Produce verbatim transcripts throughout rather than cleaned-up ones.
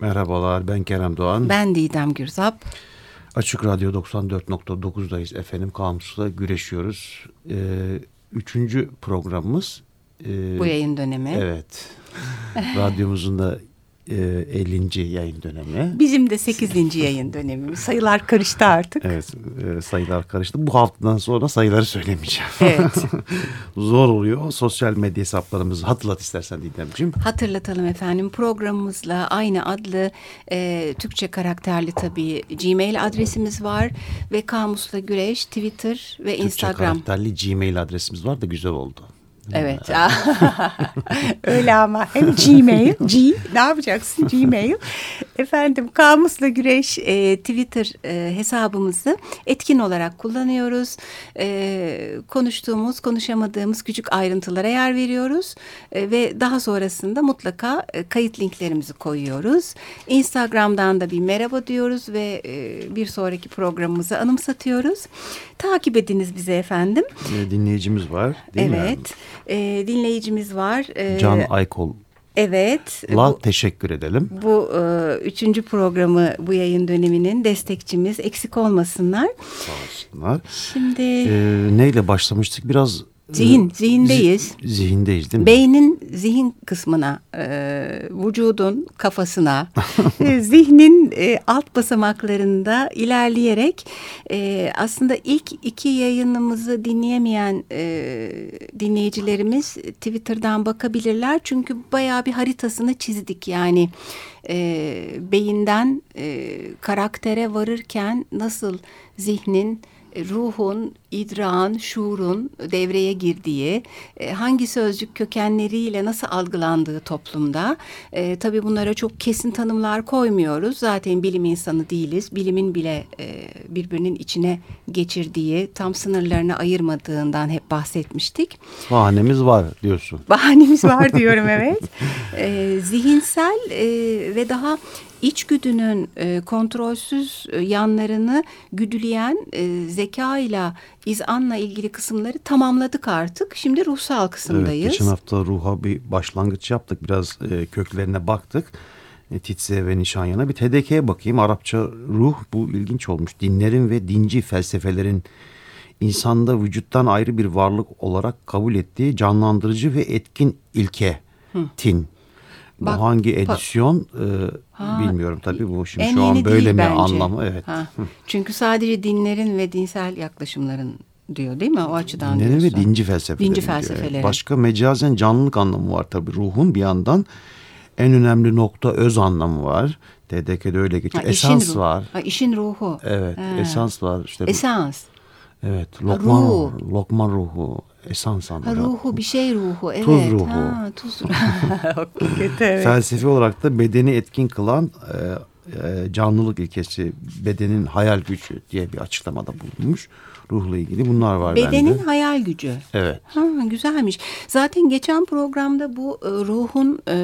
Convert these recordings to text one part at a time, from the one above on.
Merhabalar, ben Kerem Doğan. Ben Didem Gürzap. Açık Radyo doksan dört nokta dokuzdayız efendim. Kamusla güreşiyoruz. Ee, üçüncü programımız. E, Bu yayın dönemi. Evet. Radyomuzun da e, ellinci yayın dönemi. Bizim de sekizinci yayın dönemimiz. Sayılar karıştı artık. Evet, e, sayılar karıştı. Bu haftadan sonra sayıları söylemeyeceğim. Evet. Zor oluyor. Sosyal medya hesaplarımızı hatırlat istersen Didemciğim. Hatırlatalım efendim. Programımızla aynı adlı e, Türkçe karakterli tabii Gmail adresimiz var. Ve Kamusla Güreş, Twitter ve Türkçe Instagram. Türkçe karakterli Gmail adresimiz var da güzel oldu. Evet. Öyle ama hem Gmail, G ne yapacaksın Gmail. Efendim Kamusla Güreş e, Twitter e, hesabımızı etkin olarak kullanıyoruz. E, konuştuğumuz, konuşamadığımız küçük ayrıntılara yer veriyoruz. E, ve daha sonrasında mutlaka e, kayıt linklerimizi koyuyoruz. Instagram'dan da bir merhaba diyoruz ve e, bir sonraki programımızı anımsatıyoruz. Takip ediniz bizi efendim. E, dinleyicimiz var değil evet. mi? Evet. E, dinleyicimiz var. E, Can Aykol. Evet. La bu, teşekkür edelim. Bu e, üçüncü programı bu yayın döneminin destekçimiz. Eksik olmasınlar. Sağ olsunlar. Şimdi. E, neyle başlamıştık? Biraz. Zihin, zihindeyiz. Z- zihindeyiz değil mi? Beynin zihin kısmına, e, vücudun kafasına, e, zihnin e, alt basamaklarında ilerleyerek e, aslında ilk iki yayınımızı dinleyemeyen e, dinleyicilerimiz Twitter'dan bakabilirler. Çünkü bayağı bir haritasını çizdik yani e, beyinden e, karaktere varırken nasıl zihnin, ruhun, idrağın, şuurun devreye girdiği, hangi sözcük kökenleriyle nasıl algılandığı toplumda. E, tabii bunlara çok kesin tanımlar koymuyoruz. Zaten bilim insanı değiliz. Bilimin bile e, birbirinin içine geçirdiği, tam sınırlarını ayırmadığından hep bahsetmiştik. Bahanemiz var diyorsun. Bahanemiz var diyorum evet. E, zihinsel e, ve daha İçgüdünün e, kontrolsüz e, yanlarını güdüleyen e, zekayla, izanla ilgili kısımları tamamladık artık. Şimdi ruhsal kısımdayız. Evet, geçen hafta ruha bir başlangıç yaptık. Biraz e, köklerine baktık. E, Titze ve Nişanyan'a bir T D K'ye bakayım. Arapça ruh, bu ilginç olmuş. Dinlerin ve dinci felsefelerin insanda vücuttan ayrı bir varlık olarak kabul ettiği canlandırıcı ve etkin ilke. Hı. Tin. Bu Bak, hangi edisyon e, bilmiyorum tabii, bu şimdi şu an böyle mi bence. Anlamı evet. Ha. Çünkü sadece dinlerin ve dinsel yaklaşımların diyor değil mi, o açıdan dinlerin diyorsun. Dinlerin ve dinci felsefelerin. Dinci felsefelerin. Evet. Başka mecazen canlılık anlamı var tabii ruhun, bir yandan en önemli nokta öz anlamı var. T D K'de öyle geçiyor. Ha, Esans ruh. Var. Ha, işin ruhu. Evet, ha. Esans var işte. Esans. Evet, Lokman, ruh. Lokman ruhu, esans anlamı. Ha, ruhu, bir şey ruhu, evet. Tuz ruhu. Ha, tuz ruhu. Evet. Felsefi olarak da bedeni etkin kılan e, e, canlılık ilkesi, bedenin hayal gücü diye bir açıklamada bulunmuş. Ruhla ilgili bunlar var bende. Bedenin hayal gücü. Evet. Ha, güzelmiş. Zaten geçen programda bu e, ruhun e,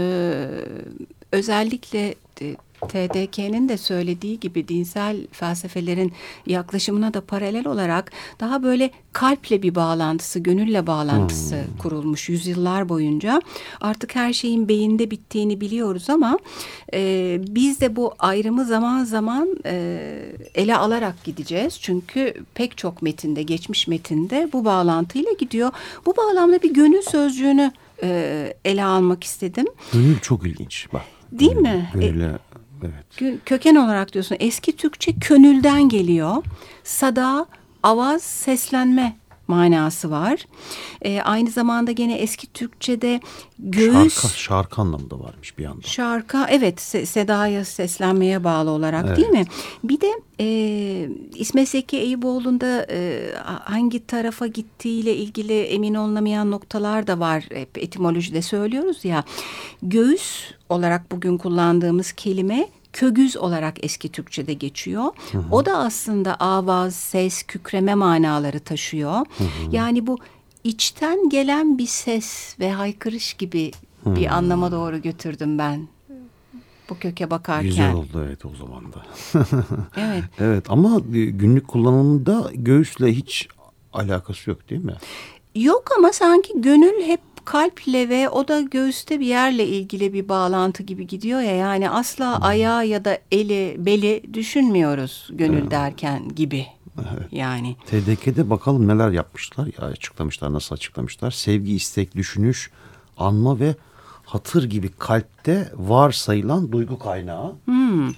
özellikle de, T D K'nin de söylediği gibi dinsel felsefelerin yaklaşımına da paralel olarak daha böyle kalple bir bağlantısı, gönülle bağlantısı hmm. kurulmuş yüzyıllar boyunca. Artık her şeyin beyinde bittiğini biliyoruz ama e, biz de bu ayrımı zaman zaman e, ele alarak gideceğiz. Çünkü pek çok metinde, geçmiş metinde bu bağlantıyla gidiyor. Bu bağlamda bir gönül sözcüğünü e, ele almak istedim. Gönül çok ilginç bak. Değil gönül, mi? Gönüle... E, Evet. Köken olarak diyorsun. Eski Türkçe könülden geliyor. Sada, avaz, seslenme manası var. Ee, aynı zamanda gene eski Türkçe'de göğüs... Şarkı, şarkı anlamında varmış bir yandan. Şarkı, evet, se- sedaya, seslenmeye bağlı olarak evet. Değil mi? Bir de e, İsmet Zeki Eyüboğlu'nda e, hangi tarafa gittiğiyle ilgili emin olunamayan noktalar da var. Hep etimolojide söylüyoruz ya. Göğüs olarak bugün kullandığımız kelime kögüz olarak eski Türkçe'de geçiyor. Hı hı. O da aslında avaz, ses, kükreme manaları taşıyor. Hı hı. Yani bu içten gelen bir ses ve haykırış gibi hı. bir anlama doğru götürdüm ben bu köke bakarken. Güzel oldu evet o zaman da. Evet. Evet ama günlük kullanımında göğüsle hiç alakası yok değil mi? Yok ama sanki gönül hep kalple ve o da göğüste bir yerle ilgili bir bağlantı gibi gidiyor ya. Yani asla hmm. ayağı ya da eli, beli düşünmüyoruz gönül evet. derken gibi. Evet. Yani. T D K'de bakalım neler yapmışlar ya, açıklamışlar, nasıl açıklamışlar. Sevgi, istek, düşünüş, anma ve hatır gibi kalpte varsayılan duygu kaynağı. Hmm.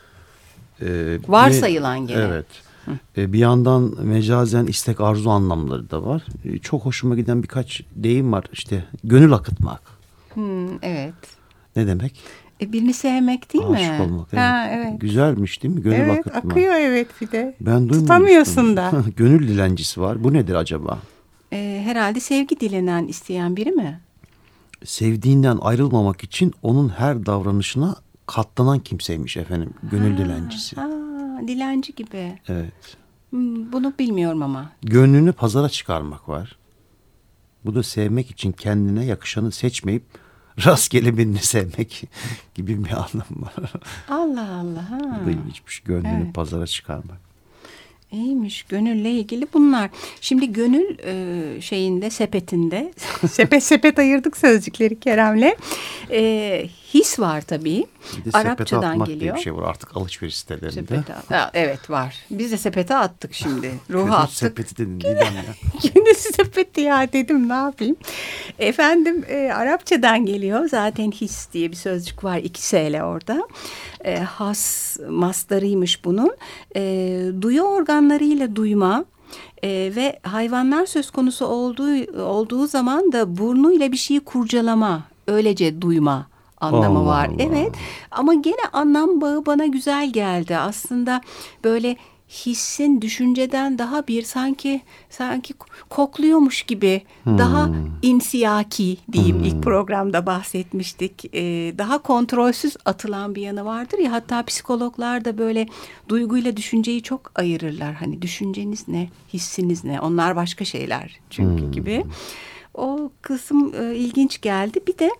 Ee, varsayılan gene. Evet. Ee, bir yandan mecazen istek, arzu anlamları da var. Ee, çok hoşuma giden birkaç deyim var. İşte gönül akıtmak. Hmm, evet. Ne demek? E, birini sevmek değil Aşık mi? Aşık olmak. Evet. Ha, evet. Güzelmiş değil mi? Gönül evet, akıtmak. Evet, akıyor evet bir de. Ben tutamıyorsun da. Gönül dilencisi var. Bu nedir acaba? E, herhalde sevgi dilenen, isteyen biri mi? Sevdiğinden ayrılmamak için onun her davranışına katlanan kimseymiş efendim. Gönül ha, dilencisi. Ha, dilenci gibi. Evet. Hmm, bunu bilmiyorum ama. Gönlünü pazara çıkarmak var. Bu da sevmek için kendine yakışanı seçmeyip rastgele birini sevmek gibi bir anlam var. Allah Allah. Ha. Bu da ilginçmiş. Gönlünü evet. pazara çıkarmak. İyiymiş. Gönülle ilgili bunlar. Şimdi gönül e, şeyinde, sepetinde sepet sepet ayırdık sözcükleri Kerem'le. E, his var tabii. Bir de Arapçadan sepete atmak geliyor. diye bir şey var artık alışveriş sitelerinde. Sepete, ha, evet var. Biz de sepete attık şimdi. Ruhu attık. Sepeti dedin. Gönül, gönül sepeti ya dedim, ne yapayım. Efendim e, Arapçadan geliyor. Zaten his diye bir sözcük var. İki S orada. E, has mastarıymış bunun. E, duyu organlarıyla duyma e, ve hayvanlar söz konusu olduğu olduğu zaman da burnuyla bir şeyi kurcalama, öylece duyma anlamı Allah var. Allah. Evet, ama gene anlam bağı bana güzel geldi. Aslında böyle hissin düşünceden daha bir sanki sanki kokluyormuş gibi, hmm. daha insiyaki diyeyim, hmm. ilk programda bahsetmiştik. Ee, daha kontrolsüz atılan bir yanı vardır ya, hatta psikologlar da böyle duyguyla düşünceyi çok ayırırlar. Hani düşünceniz ne, hissiniz ne, onlar başka şeyler çünkü hmm. gibi. O kısım e, ilginç geldi. Bir de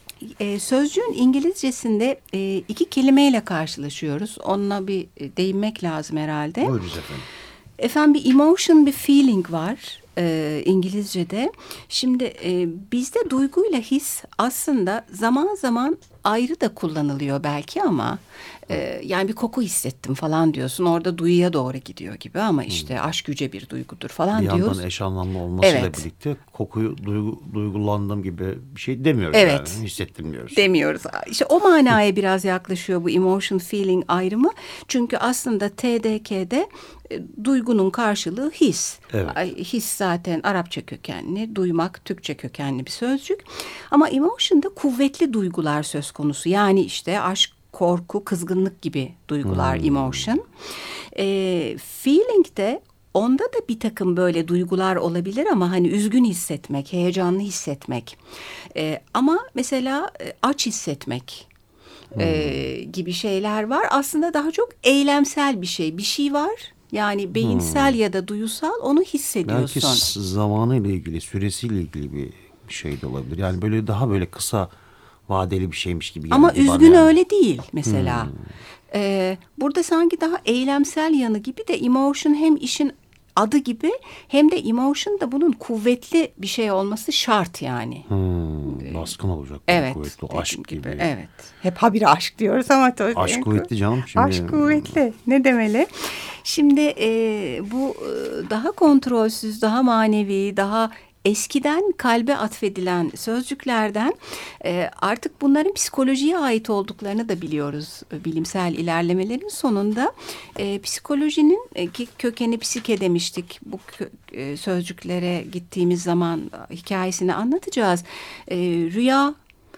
E, sözcüğün İngilizcesinde e, iki kelimeyle karşılaşıyoruz. Onunla bir e, değinmek lazım herhalde. Buyuruz efendim. Efendim bir emotion, bir feeling var e, İngilizce'de. Şimdi e, bizde duyguyla his aslında zaman zaman ayrı da kullanılıyor belki ama e, yani bir koku hissettim falan diyorsun. Orada duyuya doğru gidiyor gibi ama işte hmm. aşk yüce bir duygudur falan bir diyoruz. Bir yandan eş anlamlı olmasıyla evet. birlikte kokuyu duygu, duygulandığım gibi bir şey demiyoruz evet. yani. Hissettim diyoruz. Demiyoruz. İşte o manaya biraz yaklaşıyor bu emotion feeling ayrımı. Çünkü aslında T D K'de e, duygunun karşılığı his. Evet. His zaten Arapça kökenli, duymak Türkçe kökenli bir sözcük. Ama emotion'da kuvvetli duygular söz konusu. Yani işte aşk, korku, kızgınlık gibi duygular hmm. emotion. E, feeling de onda da bir takım böyle duygular olabilir ama hani üzgün hissetmek, heyecanlı hissetmek. E, ama mesela e, aç hissetmek hmm. e, gibi şeyler var. Aslında daha çok eylemsel bir şey. Bir şey var. Yani beyinsel hmm. ya da duyusal, onu hissediyorsun. Belki zamanıyla ilgili, süresiyle ilgili bir şey de olabilir. Yani böyle daha böyle kısa vadeli bir şeymiş gibi. Ama üzgün yani. Öyle değil mesela. Hmm. Ee, burada sanki daha eylemsel yanı gibi de emotion hem işin adı gibi hem de emotion da bunun kuvvetli bir şey olması şart yani. Hmm, baskın olacak. Evet. Kuvvetli, aşk gibi. gibi. Evet. Hep habire aşk diyoruz ama. Aşk yani, kuvvetli canım. Şimdi... Aşk kuvvetli. Ne demeli? Şimdi e, bu daha kontrolsüz, daha manevi, daha eskiden kalbe atfedilen sözcüklerden e, artık bunların psikolojiye ait olduklarını da biliyoruz. Bilimsel ilerlemelerin sonunda e, psikolojinin e, kökeni psike demiştik. Bu kö, e, sözcüklere gittiğimiz zaman hikayesini anlatacağız. E, rüya,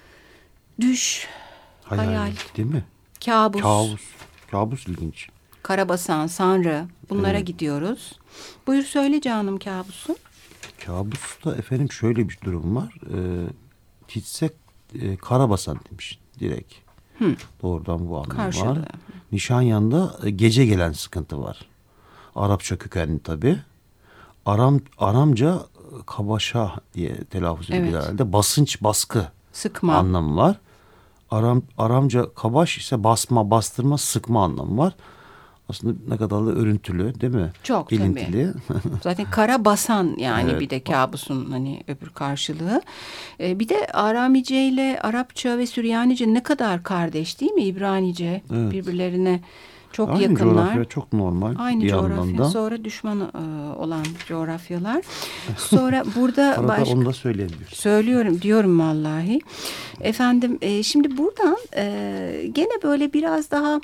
düş, hayal, hayal değil mi? Kabus. Kabus. Kabus ilginç. Karabasan, sanrı, bunlara evet. gidiyoruz. Buyur söyle canım kabusu. Kabusta efendim şöyle bir durum var. E, Titse e, karabasan demiş direkt. Hı. Doğrudan bu anlam Karşılığı. Var. Nişanyan'da e, gece gelen sıkıntı var. Arapça kökenli tabii. Aram, Aramca kabaşa diye telaffuz edilir evet. herhalde. Basınç, baskı sıkma anlamı var. Aram, Aramca kabaş ise basma, bastırma, sıkma anlamı var. aslında ne kadar da örüntülü değil mi? Çok İlintili. tabii. Zaten kara basan yani Evet. bir de kabusun hani öbür karşılığı. Ee, bir de Aramice ile Arapça ve Süryanice ne kadar kardeş değil mi? İbranice Evet. birbirlerine çok Aynı yakınlar. coğrafya çok normal. Aynı bir coğrafya. yandan da. Sonra düşman e, olan coğrafyalar. Sonra burada Arada başka... onu da söyleyebiliyoruz. Söylüyorum diyorum vallahi. Efendim e, şimdi buradan e, gene böyle biraz daha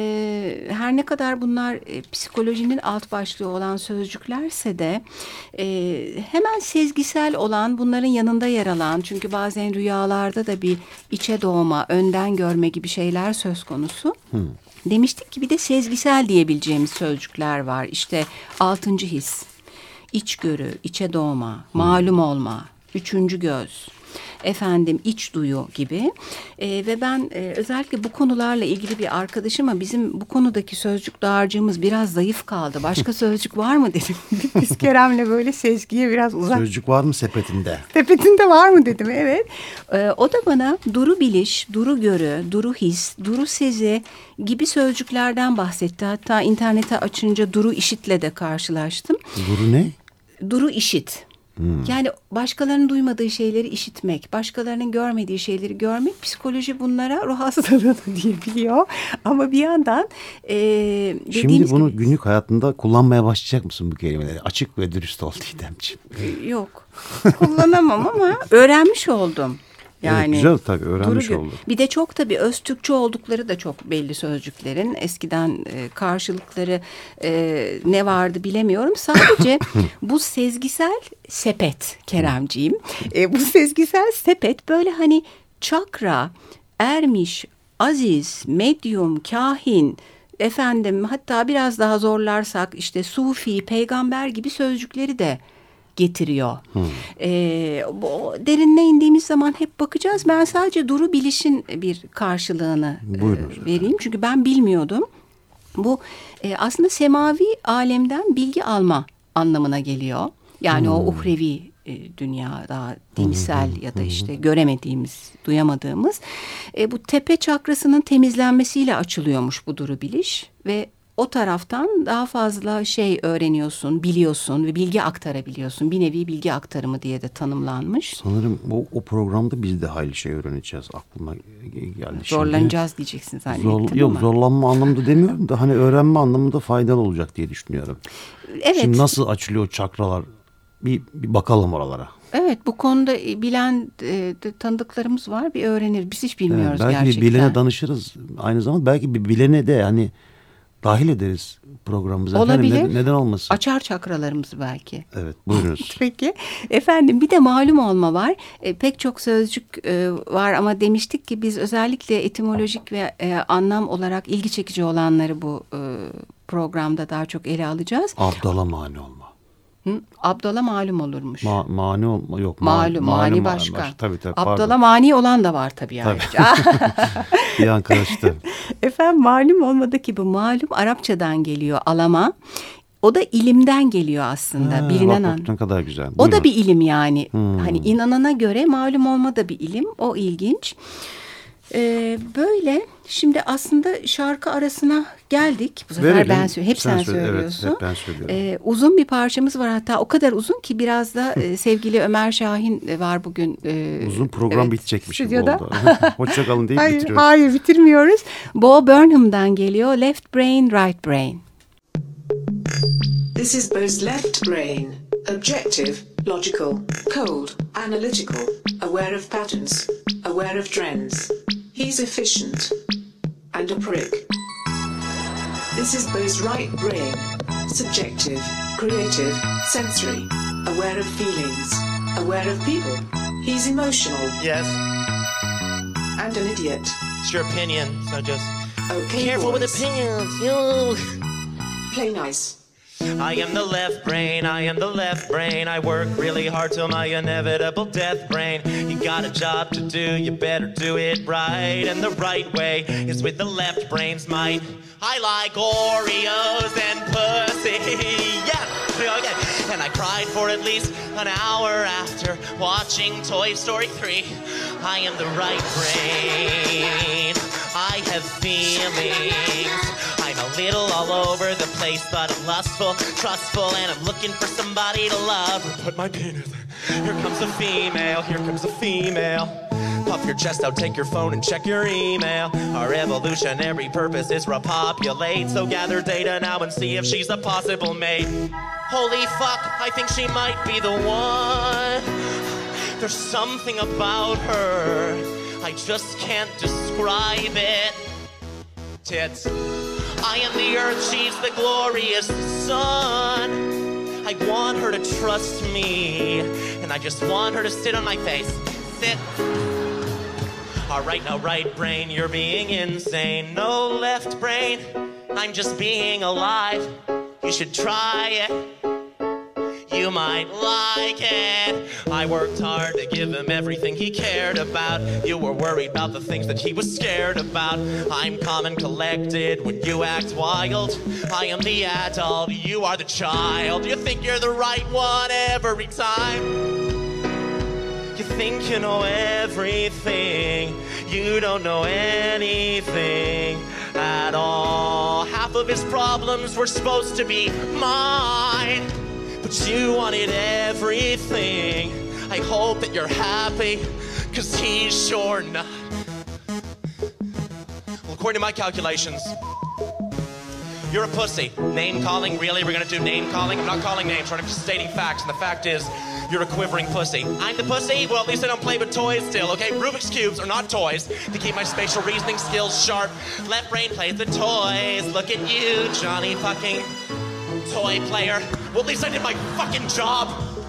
e, her ne kadar bunlar e, psikolojinin alt başlığı olan sözcüklerse de e, hemen sezgisel olan bunların yanında yer alan, çünkü bazen rüyalarda da bir içe doğma, önden görme gibi şeyler söz konusu. Hmm. Demiştik ki bir de sezgisel diyebileceğimiz sözcükler var. İşte altıncı his, içgörü, içe doğma, malum olma, üçüncü göz, efendim iç duyu gibi. Ee, ve ben e, özellikle bu konularla ilgili bir arkadaşıma bizim bu konudaki sözcük dağarcığımız biraz zayıf kaldı. Başka sözcük var mı dedim. Biz Kerem'le böyle sezgiye biraz uzak. Sözcük var mı sepetinde? Sepetinde var mı dedim, evet. Ee, o da bana duru biliş, duru görü, duru his, duru sezi gibi sözcüklerden bahsetti. Hatta internete açınca duru işitle de karşılaştım. Duru ne? Duru işit. Hmm. Yani başkalarının duymadığı şeyleri işitmek, başkalarının görmediği şeyleri görmek, psikoloji bunlara ruh hastalığı da diyebiliyor. Ama bir yandan e, şimdi bunu gibi, günlük hayatında kullanmaya başlayacak mısın bu kelimeleri? Açık ve dürüst ol Didemciğim. Yok, kullanamam ama öğrenmiş oldum. Yani evet, güzel tabii öğrenmiş duru, olduk. Bir de çok tabii öz Türkçe oldukları da çok belli sözcüklerin. Eskiden e, karşılıkları e, ne vardı bilemiyorum. Sadece bu sezgisel sepet Keremciğim. E, bu sezgisel sepet böyle hani çakra, ermiş, aziz, medyum, kahin, efendim hatta biraz daha zorlarsak işte sufi, peygamber gibi sözcükleri de getiriyor. Hmm. Ee, bu, derinine indiğimiz zaman hep bakacağız. Ben sadece duru bilişin bir karşılığını e, vereyim. Çünkü ben bilmiyordum. Bu e, aslında semavi alemden bilgi alma anlamına geliyor. Yani hmm. o uhrevi e, dünya, daha dimsel hmm. ya da işte hmm. göremediğimiz, duyamadığımız. E, bu tepe çakrasının temizlenmesiyle açılıyormuş bu duru biliş ve o taraftan daha fazla şey öğreniyorsun, biliyorsun ve bilgi aktarabiliyorsun. Bir nevi bilgi aktarımı diye de tanımlanmış. Sanırım o, o programda biz de hayli şey öğreneceğiz. Aklıma geldi. Zorlanacağız şimdi. Diyeceksin zannettim Zor, yok ama. Zorlanma anlamında demiyorum da hani öğrenme anlamında faydalı olacak diye düşünüyorum. Evet. Şimdi nasıl açılıyor çakralar? Bir, bir bakalım oralara. Evet, bu konuda bilen e, tanıdıklarımız var, bir öğrenir. Biz hiç bilmiyoruz evet, belki gerçekten. Belki bir bilene danışırız. Aynı zamanda belki bir bilene de hani dahil ederiz programımıza. Olabilir. Efendim, neden olmasın? Açar çakralarımızı belki. Evet, buyurunuz. Peki. Efendim bir de malum olma var. E, pek çok sözcük e, var ama demiştik ki biz özellikle etimolojik ve e, anlam olarak ilgi çekici olanları bu e, programda daha çok ele alacağız. Abdala mani olma. Hı? Abdala malum olurmuş. Ma, mani olma yok. Malum, ma, mani mani başka. başka. Tabii tabii. Abdala pardon. mani olan da var tabii, tabii. ayrıca. Bir an karıştı. Efendim malum olmadaki bu malum Arapçadan geliyor, alama. O da ilimden geliyor aslında. Ha, bilinen bak, bak, ne kadar güzel. Buyurun. O da bir ilim yani. Hmm. Hani inanana göre malum olma da bir ilim. O ilginç. Ee, böyle şimdi aslında şarkı arasına geldik. Bu sefer Verelim. ben söylüyorum. Hep sen, sen söyle, söylüyorsun. Evet, hep ben söylüyorum. Ee, uzun bir parçamız var, hatta o kadar uzun ki biraz da e, sevgili Ömer Şahin var bugün. E, uzun program evet, bitecekmiş gibi oldu. Hoşçakalın deyip hayır, bitiriyoruz. Hayır bitirmiyoruz. Bo Burnham'dan geliyor. Left Brain, Right Brain. This is Bo's left brain. Objective, logical, cold, analytical, aware of patterns, aware of trends. He's efficient and a prick. This is Bo's right brain. Subjective, creative, sensory, aware of feelings, aware of people. He's emotional. Yes. And an idiot. It's your opinion, so just okay, careful boys. with opinions. You. Play nice. I am the left brain, I am the left brain. I work really hard till my inevitable death brain. You got a job to do, you better do it right. And the right way is with the left brain's might. I like Oreos and pussy, yeah, okay. And I cried for at least an hour after watching Toy Story three. I am the right brain, I have feelings. I'm a little all over the place, but I'm lustful, trustful, and I'm looking for somebody to love. Put my penis. Here comes a female, here comes a female. Puff your chest out, take your phone and check your email. Our evolutionary purpose is repopulate, so gather data now and see if she's a possible mate. Holy fuck, I think she might be the one. There's something about her, I just can't describe it. Tits. I am the earth, she's the glorious sun. I want her to trust me, and I just want her to sit on my face. Sit. All right, now right brain, you're being insane. No left brain, I'm just being alive. You should try it. You might like it. I worked hard to give him everything he cared about. You were worried about the things that he was scared about. I'm calm and collected when you act wild. I am the adult, you are the child. You think you're the right one every time. You think you know everything. You don't know anything at all. Half of his problems were supposed to be mine, but you wanted everything. I hope that you're happy, cause he's sure not. Well, according to my calculations, you're a pussy. Name calling, really? We're gonna do name calling? I'm not calling names, right? I'm just stating facts, and the fact is, you're a quivering pussy. I'm the pussy? Well, at least I don't play with toys still, okay? Rubik's Cubes are not toys. To keep my spatial reasoning skills sharp, left brain plays the toys. Look at you, Johnny fucking toy player. Well, at least I did my fucking job.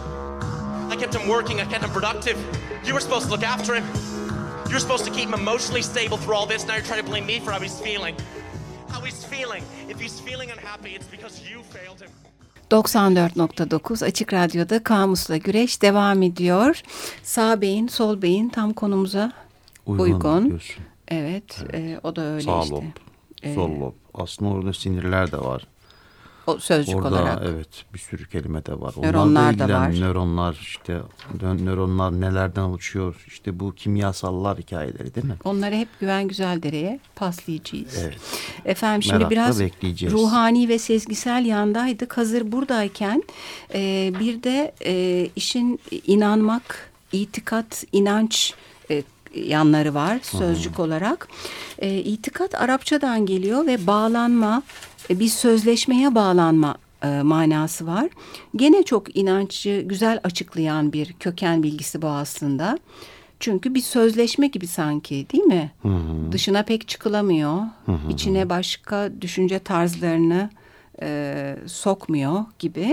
I kept him working, I kept him productive. You were supposed to look after him. You were supposed to keep him emotionally stable through all this. Now you're trying to blame me for how he's feeling. How he's feeling. If he's feeling unhappy, it's because you failed him. doksan dört nokta dokuz Açık Radyo'da Kamus'la Güreş devam ediyor. Sağ beyin, sol beyin tam konumuza uygun. uygun. Diyorsun. Evet, evet. E, o da öyle Sağ işte. lob, sol lob. Aslında orada sinirler de var. O sözcük orada, olarak. Evet, bir sürü kelime de var. Nöronlar da var. Nöronlar işte nöronlar nelerden oluşuyor? İşte bu kimyasallar hikayeleri değil mi? Onları hep Güven Güzeldere'ye paslayacağız. Evet. Efendim şimdi Merakla biraz bekleyeceğiz. ruhani ve sezgisel yandaydık. Hazır buradayken e, bir de e, işin inanmak, itikat, inanç e, yanları var sözcük hmm. olarak. E, itikat Arapçadan geliyor ve bağlanma, bir sözleşmeye bağlanma e, manası var. Gene çok inançı güzel açıklayan bir köken bilgisi bu aslında. Çünkü bir sözleşme gibi sanki, değil mi? Hı hı. Dışına pek çıkılamıyor. Hı hı. İçine başka düşünce tarzlarını e, sokmuyor gibi.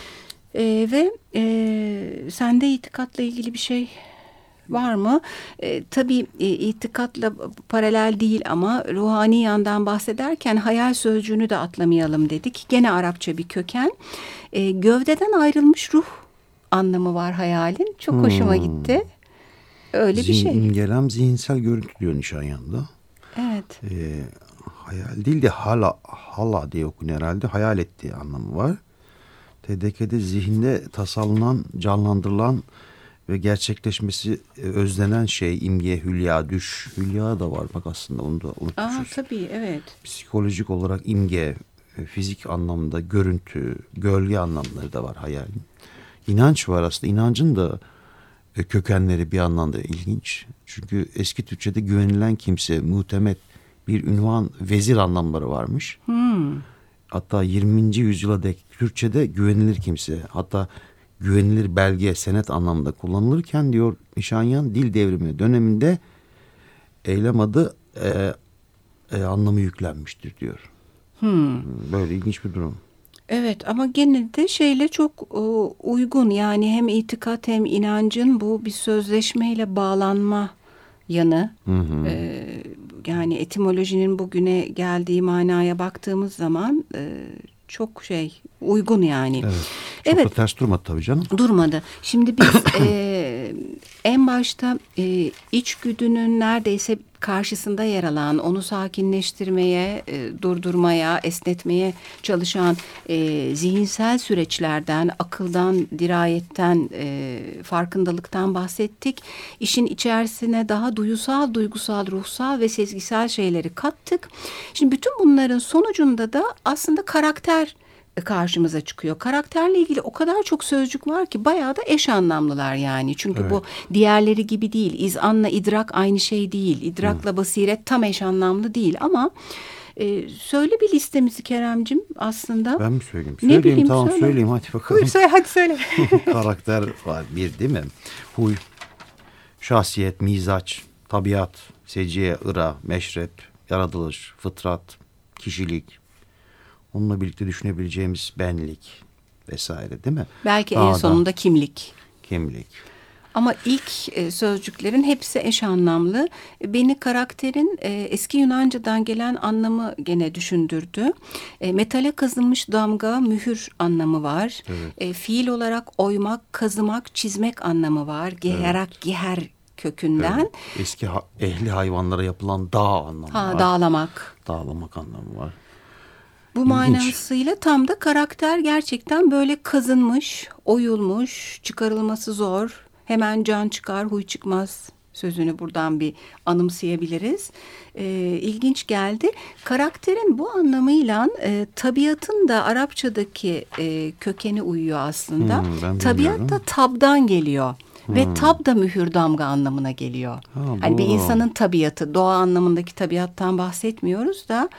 E, ve e, sende itikatla ilgili bir şey var mı? E, tabii e, itikatla paralel değil ama ruhani yandan bahsederken hayal sözcüğünü de atlamayalım dedik. Gene Arapça bir köken. E, gövdeden ayrılmış ruh anlamı var hayalin. Çok hmm. hoşuma gitti. Öyle bir şey. İmgelem zihinsel görüntü diyor Nişanyan'da. Evet. E, hayal değil de hala, hala diye okunuyor herhalde. Hayal ettiği anlamı var. T D K'de zihinde tasarlanan, canlandırılan ve gerçekleşmesi özlenen şey, imge, hülya, düş. Hülya da var bak aslında, onu da unutmuşuz. Aa, tabii evet. Psikolojik olarak imge, fizik anlamda görüntü, gölge anlamları da var hayalin. İnanç var aslında. İnancın da kökenleri bir anlamda ilginç. Çünkü eski Türkçe'de güvenilen kimse, muhtemet, bir ünvan, vezir anlamları varmış. Hmm. Hatta yirminci yüzyıla dek Türkçe'de güvenilir kimse, hatta güvenilir belge, senet anlamında kullanılırken diyor Nişanyan, dil devrimi döneminde eylem adı e, e, anlamı yüklenmiştir diyor. Hmm. Böyle ilginç bir durum. Evet ama gene de şeyle çok e, uygun, yani hem itikat hem inancın bu bir sözleşmeyle bağlanma yanı. Hı hı. E, yani etimolojinin bugüne geldiği manaya baktığımız zaman e, çok şey uygun yani. Evet. Çok evet. da ters durmadı tabii canım. Durmadı. Şimdi biz e, en başta e, içgüdünün neredeyse karşısında yer alan, onu sakinleştirmeye, e, durdurmaya, esnetmeye çalışan e, zihinsel süreçlerden, akıldan, dirayetten, e, farkındalıktan bahsettik. İşin içerisine daha duyusal, duygusal, ruhsal ve sezgisel şeyleri kattık. Şimdi bütün bunların sonucunda da aslında karakter karşımıza çıkıyor. Karakterle ilgili o kadar çok sözcük var ki bayağı da eş anlamlılar yani. Çünkü Evet. bu diğerleri gibi değil. İzanla idrak aynı şey değil. İdrakla basiret tam eş anlamlı değil ama e, söyle bir listemizi Keremcim aslında. Ben mi söyleyeyim? Ne Söyleyeyim bileyim, tamam söyle. söyleyeyim hadi bakalım. Buyur söyle, hadi söyle. Karakter var bir değil mi? Huy, şahsiyet, mizaç, tabiat, seciye, ıra, meşrep, yaratılış, fıtrat, kişilik. Onunla birlikte düşünebileceğimiz benlik vesaire değil mi? Belki Daha en da sonunda kimlik. kimlik. Ama ilk e, sözcüklerin hepsi eş anlamlı. Beni karakterin e, eski Yunanca'dan gelen anlamı gene düşündürdü. E, metale kazınmış damga, mühür anlamı var. Evet. E, fiil olarak oymak, kazımak, çizmek anlamı var. Geherak, evet. Giher kökünden. Evet. Eski ha- ehli hayvanlara yapılan dağ anlamı Ha, var. dağlamak. Dağlamak anlamı var. Bu İlginç. manasıyla tam da karakter gerçekten böyle kazınmış, oyulmuş, çıkarılması zor. Hemen can çıkar, huy çıkmaz sözünü buradan bir anımsayabiliriz. Ee, ilginç geldi. Karakterin bu anlamıyla e, tabiatın da Arapçadaki e, kökeni uyuyor aslında. Hmm, ben Tabiat bilmiyorum. da tabdan geliyor. Ve tab da mühür damga anlamına geliyor. Ha, hani bir bu. insanın tabiatı, doğa anlamındaki tabiattan bahsetmiyoruz da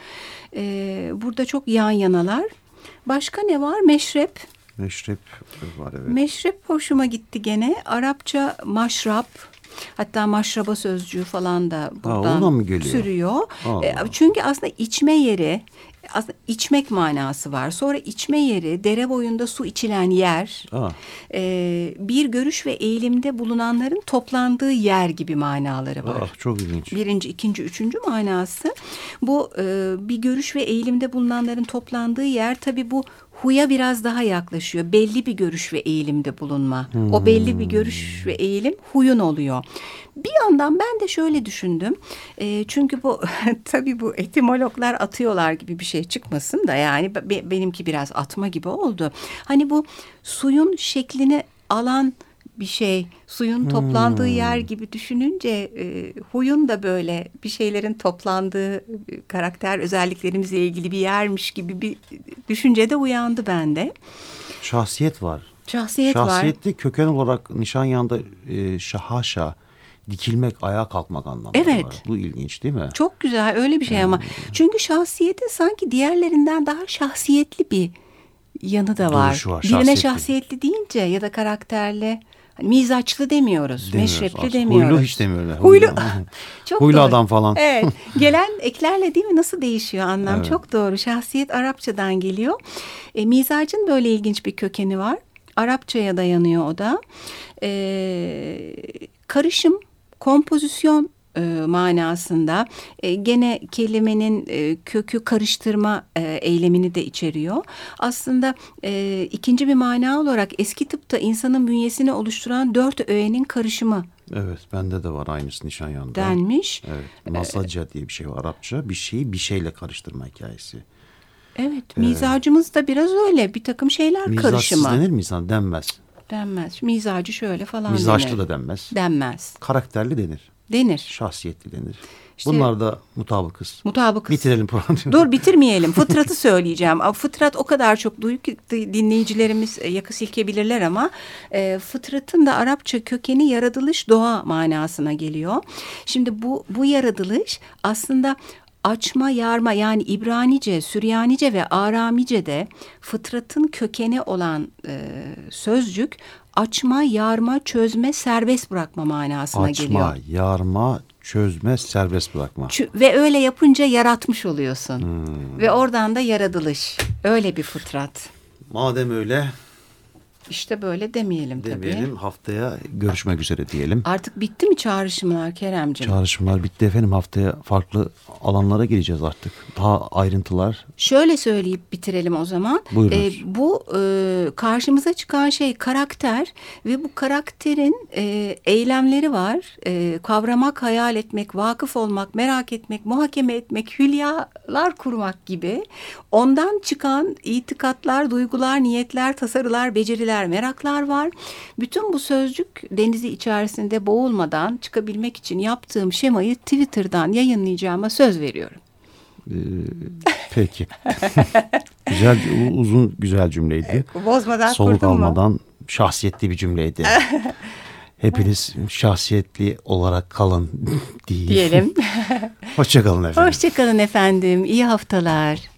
e, burada çok yan yanalar. Başka ne var? Meşrep. Meşrep var evet. Meşrep hoşuma gitti gene. Arapça maşrap. Hatta maşraba sözcüğü falan da buradan oradan mı geliyor? sürüyor. Allah. E, çünkü aslında içme yeri, aslında içmek manası var. Sonra içme yeri, dere boyunda su içilen yer, Aa. e, bir görüş ve eğilimde bulunanların toplandığı yer gibi manaları var. Ah, çok ilginç. Birinci, ikinci, üçüncü manası. Bu e, bir görüş ve eğilimde bulunanların toplandığı yer tabii bu huya biraz daha yaklaşıyor. Belli bir görüş ve eğilimde bulunma. Hmm. O belli bir görüş ve eğilim huyun oluyor. Bir yandan ben de şöyle düşündüm. E, çünkü bu tabii bu etimologlar atıyorlar gibi bir şey çıkmasın da yani be, benimki biraz atma gibi oldu. Hani bu suyun şeklini alan bir şey, suyun toplandığı Hmm. yer gibi düşününce e, huyun da böyle bir şeylerin toplandığı e, karakter özelliklerimizle ilgili bir yermiş gibi bir düşünce de uyandı bende. Şahsiyet var. Şahsiyet, Şahsiyette var. köken olarak Nişanyan'da e, şahaşa, dikilmek, ayağa kalkmak anlamı Evet. var. Bu ilginç değil mi? Çok güzel öyle bir şey ama çünkü şahsiyetin sanki diğerlerinden daha şahsiyetli bir yanı da var. Duruşu var, Birine şahsiyetli. şahsiyetli deyince ya da karakterli, hani mizaçlı demiyoruz, Demiyoruz meşrepli aslında. demiyoruz. Huylu hiç demiyorlar. Huylu. Çok Huylu doğru. adam falan. Evet. Gelen eklerle değil mi nasıl değişiyor anlam? Evet. Çok doğru. Şahsiyet Arapçadan geliyor. E, mizacın böyle ilginç bir kökeni var. Arapçaya dayanıyor o da. E, karışım, kompozisyon e, manasında e, gene kelimenin e, kökü karıştırma e, eylemini de içeriyor. Aslında e, ikinci bir mana olarak eski tıpta insanın bünyesini oluşturan dört öğenin karışımı Evet, bende de var aynısı Nişanyan'da. denmiş. Evet, masaca diye bir şey var Arapça. Bir şeyi bir şeyle karıştırma hikayesi. Evet, mizacımız da biraz öyle. Bir takım şeyler Mizaçsız karışımı. denir mi insan? Denmez. Denmez. Mizacı şöyle falan Mizaçlı denir. da denmez. Denmez. Karakterli denir. Denir. Şahsiyetli denir. İşte- Bunlar da mutabıkız. Mutabıkız. Bitirelim programı. Dur bitirmeyelim. Fıtratı söyleyeceğim. Aa, Fıtrat o kadar çok duyuk ki dinleyicilerimiz e, yakı silkebilirler ama e, fıtratın da Arapça kökeni yaratılış, doğa manasına geliyor. Şimdi bu bu yaratılış aslında açma, yarma yani İbranice, Süryanice ve Aramice'de fıtratın kökeni olan e, sözcük açma, yarma, çözme, serbest bırakma manasına Açma, geliyor. yarma, çözme, serbest bırakma. Çü- Ve öyle yapınca yaratmış oluyorsun. Ve oradan da yaratılış. Öyle bir fıtrat. Madem öyle İşte böyle demeyelim tabii. Demeyelim, haftaya görüşmek üzere diyelim. Artık bitti mi çağrışımlar Keremciğim? Çağrışımlar bitti efendim. Haftaya farklı alanlara gireceğiz artık. Daha ayrıntılar. Şöyle söyleyip bitirelim o zaman. Buyurunuz. Ee, bu e, karşımıza çıkan şey karakter ve bu karakterin e, eylemleri var. E, kavramak, hayal etmek, vakıf olmak, merak etmek, muhakeme etmek, hülyalar kurmak gibi. Ondan çıkan itikatlar, duygular, niyetler, tasarılar, beceriler, meraklar var. Bütün bu sözcük denizi içerisinde boğulmadan çıkabilmek için yaptığım şemayı Twitter'dan yayınlayacağıma söz veriyorum. Ee, peki. Güzel, uzun güzel cümleydi. Bozmadan Soluk kurdun mu? almadan şahsiyetli bir cümleydi. Hepiniz şahsiyetli olarak kalın diyeyim. Diyelim. Hoşça kalın efendim. Hoşça kalın efendim. İyi haftalar.